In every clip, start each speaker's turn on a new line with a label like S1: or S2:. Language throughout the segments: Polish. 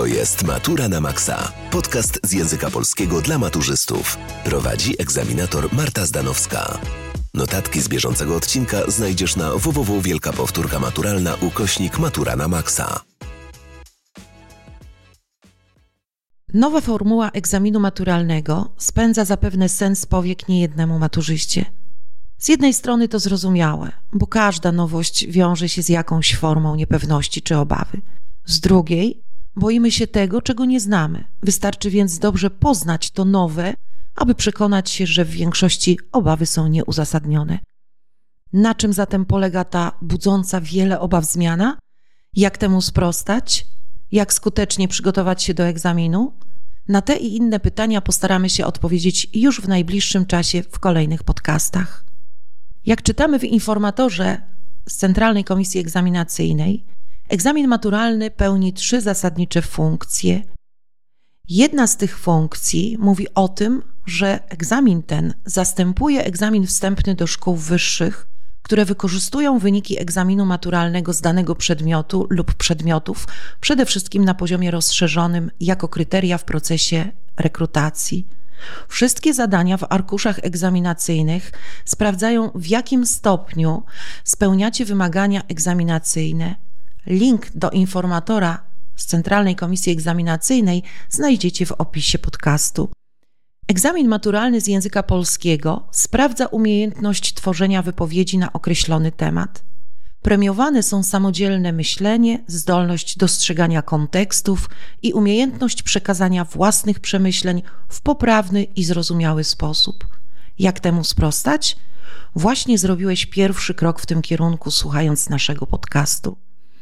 S1: To jest Matura na Maksa. Podcast z języka polskiego dla maturzystów. Prowadzi egzaminator Marta Zdanowska. Notatki z bieżącego odcinka znajdziesz na www.matura na Maksa.
S2: Nowa formuła egzaminu maturalnego spędza zapewne sen z powiek niejednemu maturzyście. Z jednej strony to zrozumiałe, bo każda nowość wiąże się z jakąś formą niepewności czy obawy. Z drugiej boimy się tego, czego nie znamy. Wystarczy więc dobrze poznać to nowe, aby przekonać się, że w większości obawy są nieuzasadnione. Na czym zatem polega ta budząca wiele obaw zmiana? Jak temu sprostać? Jak skutecznie przygotować się do egzaminu? Na te i inne pytania postaramy się odpowiedzieć już w najbliższym czasie w kolejnych podcastach. Jak czytamy w informatorze z Centralnej Komisji Egzaminacyjnej, egzamin maturalny pełni 3 zasadnicze funkcje. Jedna z tych funkcji mówi o tym, że egzamin ten zastępuje egzamin wstępny do szkół wyższych, które wykorzystują wyniki egzaminu maturalnego z danego przedmiotu lub przedmiotów, przede wszystkim na poziomie rozszerzonym, jako kryteria w procesie rekrutacji. Wszystkie zadania w arkuszach egzaminacyjnych sprawdzają, w jakim stopniu spełniacie wymagania egzaminacyjne. Link do informatora z Centralnej Komisji Egzaminacyjnej znajdziecie w opisie podcastu. Egzamin maturalny z języka polskiego sprawdza umiejętność tworzenia wypowiedzi na określony temat. Premiowane są samodzielne myślenie, zdolność dostrzegania kontekstów i umiejętność przekazania własnych przemyśleń w poprawny i zrozumiały sposób. Jak temu sprostać? Właśnie zrobiłeś pierwszy krok w tym kierunku, słuchając naszego podcastu.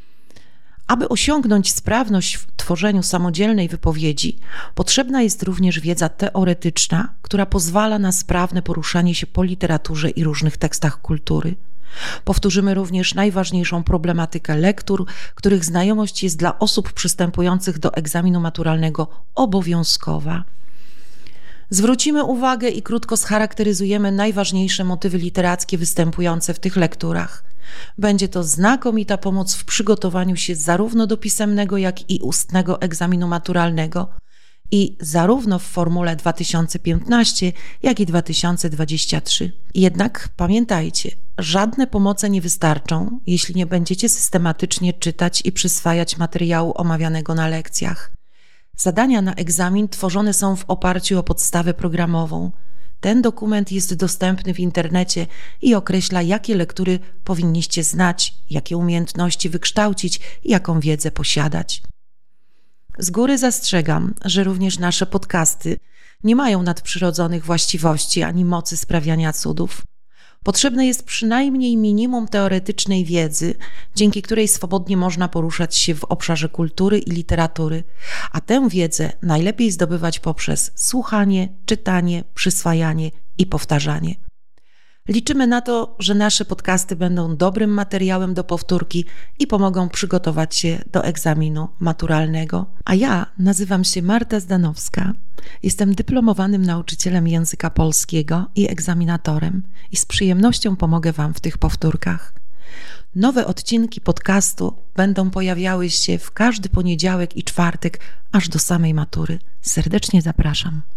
S2: Aby osiągnąć sprawność w tworzeniu samodzielnej wypowiedzi, potrzebna jest również wiedza teoretyczna, która pozwala na sprawne poruszanie się po literaturze i różnych tekstach kultury. Powtórzymy również najważniejszą problematykę lektur, których znajomość jest dla osób przystępujących do egzaminu maturalnego obowiązkowa. Zwrócimy uwagę i krótko scharakteryzujemy najważniejsze motywy literackie występujące w tych lekturach. Będzie to znakomita pomoc w przygotowaniu się zarówno do pisemnego, jak i ustnego egzaminu maturalnego i zarówno w formule 2015, jak i 2023. Jednak pamiętajcie, żadne pomoce nie wystarczą, jeśli nie będziecie systematycznie czytać i przyswajać materiału omawianego na lekcjach. Zadania na egzamin tworzone są w oparciu o podstawę programową. Ten dokument jest dostępny w internecie i określa, jakie lektury powinniście znać, jakie umiejętności wykształcić i jaką wiedzę posiadać. Z góry zastrzegam, że również nasze podcasty nie mają nadprzyrodzonych właściwości ani mocy sprawiania cudów. Potrzebne jest przynajmniej minimum teoretycznej wiedzy, dzięki której swobodnie można poruszać się w obszarze kultury i literatury, a tę wiedzę najlepiej zdobywać poprzez słuchanie, czytanie, przyswajanie i powtarzanie. Liczymy na to, że nasze podcasty będą dobrym materiałem do powtórki i pomogą przygotować się do egzaminu maturalnego. A ja nazywam się Marta Zdanowska. Jestem dyplomowanym nauczycielem języka polskiego i egzaminatorem i z przyjemnością pomogę Wam w tych powtórkach. Nowe odcinki podcastu będą pojawiały się w każdy poniedziałek i czwartek, aż do samej matury. Serdecznie zapraszam.